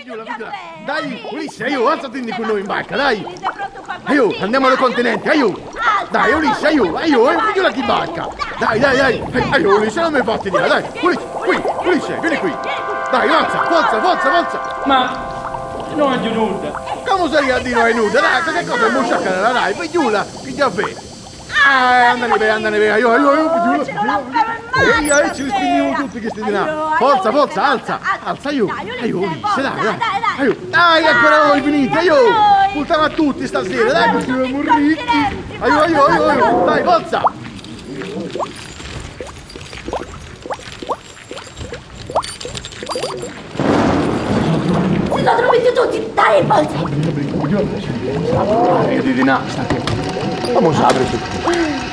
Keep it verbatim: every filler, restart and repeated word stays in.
figliula, figliula. Dai, Ulisse, aiuto, alzati con noi in barca, dai. Aiuto, andiamo al continente, aiuto. Dai, Ulisse, aiuto, aiuto, figliula di barca. Dai, dai, dai. Aiuto, Ulisse, non mi fatti dire, dai. Ulisse, qui, Ulisse, vieni qui. Dai, forza, forza, forza, forza. Ma non è di nuda. Come sei a dire è nuda? Dai, che cosa è musciacca? Dai, figliula, che già fai? Ah, andane via, andane via, io, io, io, figliula, figliula. Ehi, ehi, ce li spingiamo tutti questi di là. Forza, forza, alza, alza, io. Aiuto, Ulisse, dai, dai. Aiuto. Dai, ancora voi finite, aiuto. Pultiamo a tutti stasera, dai, così siamo ricchi. Aiuto, aiuto, aiuto, aiuto. Dai, forza. Si sono trovati tutti, dai, forza. Vedi di là, sta che... Vamos, apri tu.